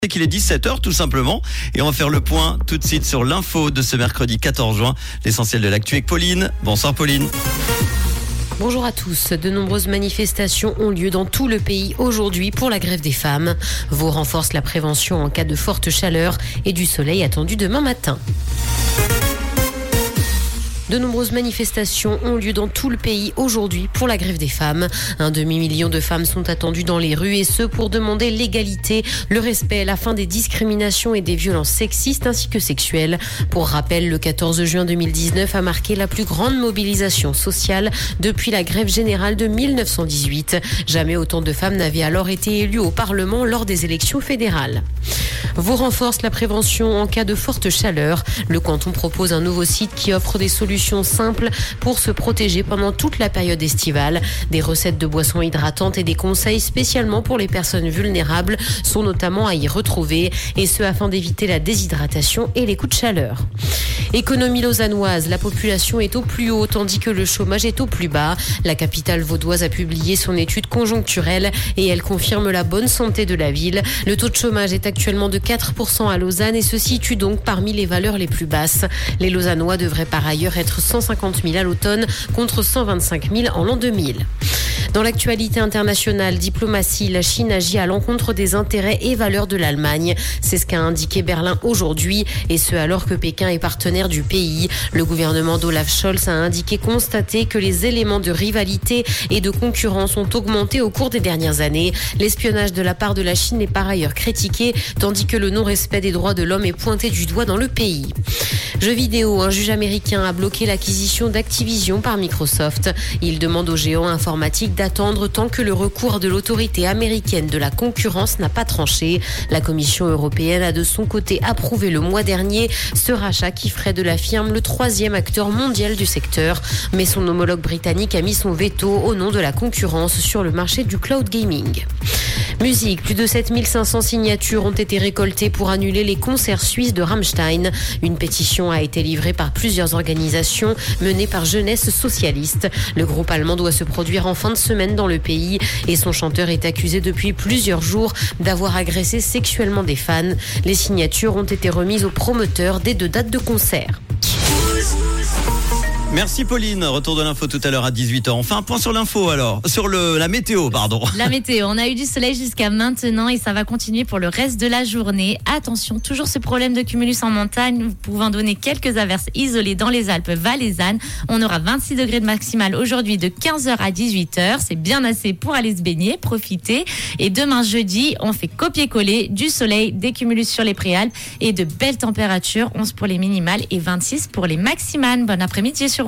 C'est qu'il est 17h tout simplement et on va faire le point tout de suite sur l'info de ce mercredi 14 juin, l'essentiel de l'actu avec Pauline. Bonsoir Pauline. Bonjour à tous. De nombreuses manifestations ont lieu dans tout le pays aujourd'hui pour la grève des femmes. Vaud renforce la prévention en cas de forte chaleur et du soleil attendu demain matin. De nombreuses manifestations ont lieu dans tout le pays aujourd'hui pour la grève des femmes. 1 demi-million de femmes sont attendues dans les rues et ce pour demander l'égalité, le respect, la fin des discriminations et des violences sexistes ainsi que sexuelles. Pour rappel, le 14 juin 2019 a marqué la plus grande mobilisation sociale depuis la grève générale de 1918. Jamais autant de femmes n'avaient alors été élues au Parlement lors des élections fédérales. Vaud renforce la prévention en cas de forte chaleur. Le canton propose un nouveau site qui offre des solutions simples pour se protéger pendant toute la période estivale. Des recettes de boissons hydratantes et des conseils spécialement pour les personnes vulnérables sont notamment à y retrouver, et ce afin d'éviter la déshydratation et les coups de chaleur. Économie lausannoise, la population est au plus haut tandis que le chômage est au plus bas. La capitale vaudoise a publié son étude conjoncturelle et elle confirme la bonne santé de la ville. Le taux de chômage est actuellement de 4% à Lausanne et se situe donc parmi les valeurs les plus basses. Les Lausannois devraient par ailleurs être 150 000 à l'automne contre 125 000 en l'an 2000. Dans l'actualité internationale, diplomatie, la Chine agit à l'encontre des intérêts et valeurs de l'Allemagne. C'est ce qu'a indiqué Berlin aujourd'hui, et ce alors que Pékin est partenaire du pays. Le gouvernement d'Olaf Scholz a indiqué constater que les éléments de rivalité et de concurrence ont augmenté au cours des dernières années. L'espionnage de la part de la Chine est par ailleurs critiqué, tandis que le non-respect des droits de l'homme est pointé du doigt dans le pays. Jeux vidéo, un juge américain a bloqué l'acquisition d'Activision par Microsoft. Il demande aux géants informatiques d'attendre tant que le recours de l'autorité américaine de la concurrence n'a pas tranché. La Commission européenne a de son côté approuvé le mois dernier ce rachat qui ferait de la firme le 3e acteur mondial du secteur. Mais son homologue britannique a mis son veto au nom de la concurrence sur le marché du cloud gaming. Musique, plus de 7500 signatures ont été récoltées pour annuler les concerts suisses de Rammstein. Une pétition a été livrée par plusieurs organisations menées par Jeunesse Socialiste. Le groupe allemand doit se produire en fin de semaine dans le pays et son chanteur est accusé depuis plusieurs jours d'avoir agressé sexuellement des fans. Les signatures ont été remises aux promoteurs des 2 dates de concert. Merci Pauline, retour de l'info tout à l'heure à 18h. Enfin un point sur l'info alors, sur la météo pardon. La météo, on a eu du soleil jusqu'à maintenant et ça va continuer pour le reste de la journée. Attention, toujours ce problème de cumulus en montagne, pouvant donner quelques averses isolées dans les Alpes valaisannes. On aura 26 degrés de maximal aujourd'hui de 15h à 18h, c'est bien assez pour aller se baigner, profiter. Et demain jeudi, on fait copier-coller du soleil, des cumulus sur les préalpes et de belles températures, 11 pour les minimales et 26 pour les maximales. Bon après-midi sur